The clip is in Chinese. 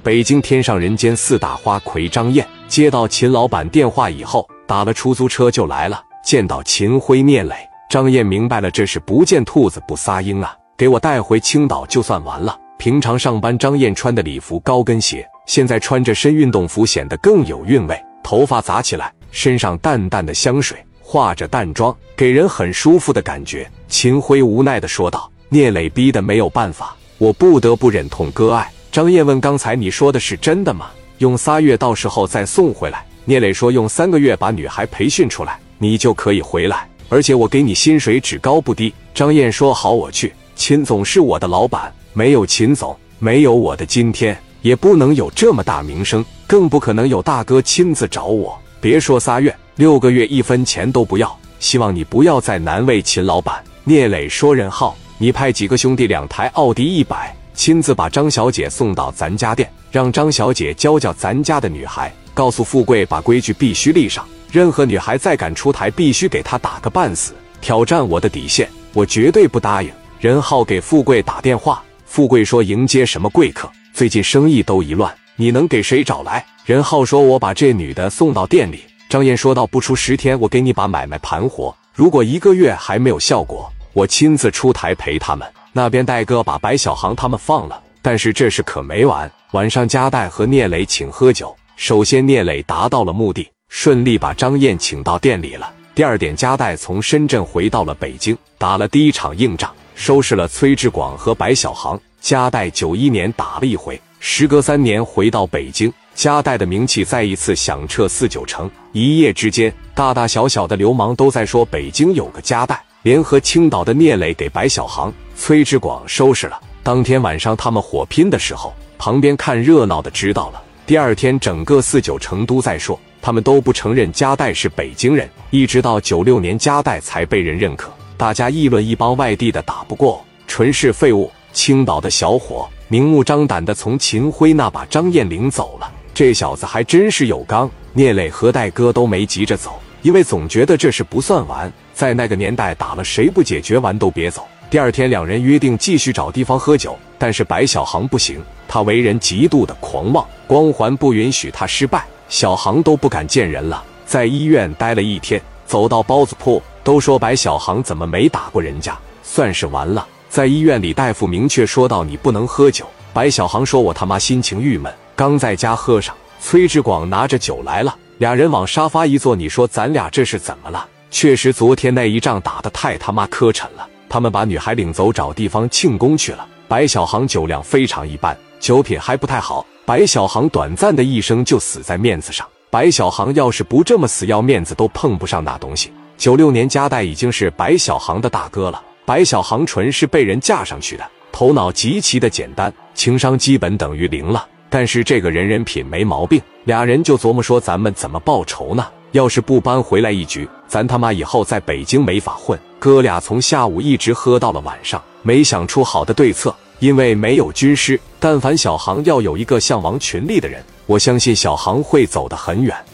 北京天上人间四大花魁张燕接到秦老板电话以后，打了出租车就来了。见到秦晖、聂磊，张燕明白了，这是不见兔子不撒鹰啊，给我带回青岛就算完了。平常上班张燕穿的礼服高跟鞋，现在穿着身运动服显得更有韵味，头发扎起来，身上淡淡的香水，化着淡妆，给人很舒服的感觉。秦晖无奈地说道：“聂磊逼得没有办法，我不得不忍痛割爱。”张燕问：“刚才你说的是真的吗？用3月，到时候再送回来？”聂磊说：“用3个月把女孩培训出来，你就可以回来，而且我给你薪水只高不低。”张燕说：“好，我去。秦总是我的老板，没有秦总，没有我的今天，也不能有这么大名声，更不可能有大哥亲自找我。别说3月，6个月1分钱都不要。希望你不要再难为秦老板。”聂磊说：“任浩，你派几个兄弟2台奥迪100，亲自把张小姐送到咱家店，让张小姐教咱家的女孩，告诉富贵把规矩必须立上，任何女孩再敢出台，必须给她打个半死，挑战我的底线，我绝对不答应。”任浩给富贵打电话，富贵说：“迎接什么贵客？最近生意都一乱，你能给谁找来？”任浩说：“我把这女的送到店里。”张燕说道：“不出10天，我给你把买卖盘活。如果1个月还没有效果，我亲自出台陪他们。”那边戴哥把白小航他们放了，但是这事可没完。晚上加代和聂磊请喝酒，首先聂磊达到了目的，顺利把张燕请到店里了。第二点，加代从深圳回到了北京，打了第1场硬仗，收拾了崔志广和白小航。加代91年打了一回，时隔3年回到北京，加代的名气再一次响彻49城。一夜之间，大大小小的流氓都在说北京有个加代。联合青岛的聂磊给白小航、崔志广收拾了。当天晚上他们火拼的时候，旁边看热闹的知道了。第二天整个49城都在说，他们都不承认加代是北京人，一直到96年加代才被人认可。大家议论一帮外地的打不过，纯是废物。青岛的小伙明目张胆的从秦晖那把张燕领走了，这小子还真是有刚。聂磊和戴哥都没急着走，因为总觉得这事不算完，在那个年代打了谁不解决完都别走。第二天两人约定继续找地方喝酒，但是白小航不行，他为人极度的狂妄，光环不允许他失败，小航都不敢见人了。在医院待了1天，走到包子铺，都说白小航怎么没打过人家，算是完了。在医院里，大夫明确说到你不能喝酒。白小航说：“我他妈心情郁闷，刚在家喝上。”崔志广拿着酒来了，俩人往沙发一坐，你说咱俩这是怎么了？确实昨天那一仗打得太他妈磕碜了。他们把女孩领走，找地方庆功去了。白小航酒量非常一般，酒品还不太好。白小航短暂的一生就死在面子上。白小航要是不这么死要面子，都碰不上那东西。96年加代已经是白小航的大哥了。白小航纯是被人架上去的，头脑极其的简单，情商基本等于0了。但是这个人品没毛病，俩人就琢磨说咱们怎么报仇呢？要是不搬回来一局，咱他妈以后在北京没法混。哥俩从下午一直喝到了晚上，没想出好的对策。因为没有军师，但凡小航要有一个向王群力的人，我相信小航会走得很远。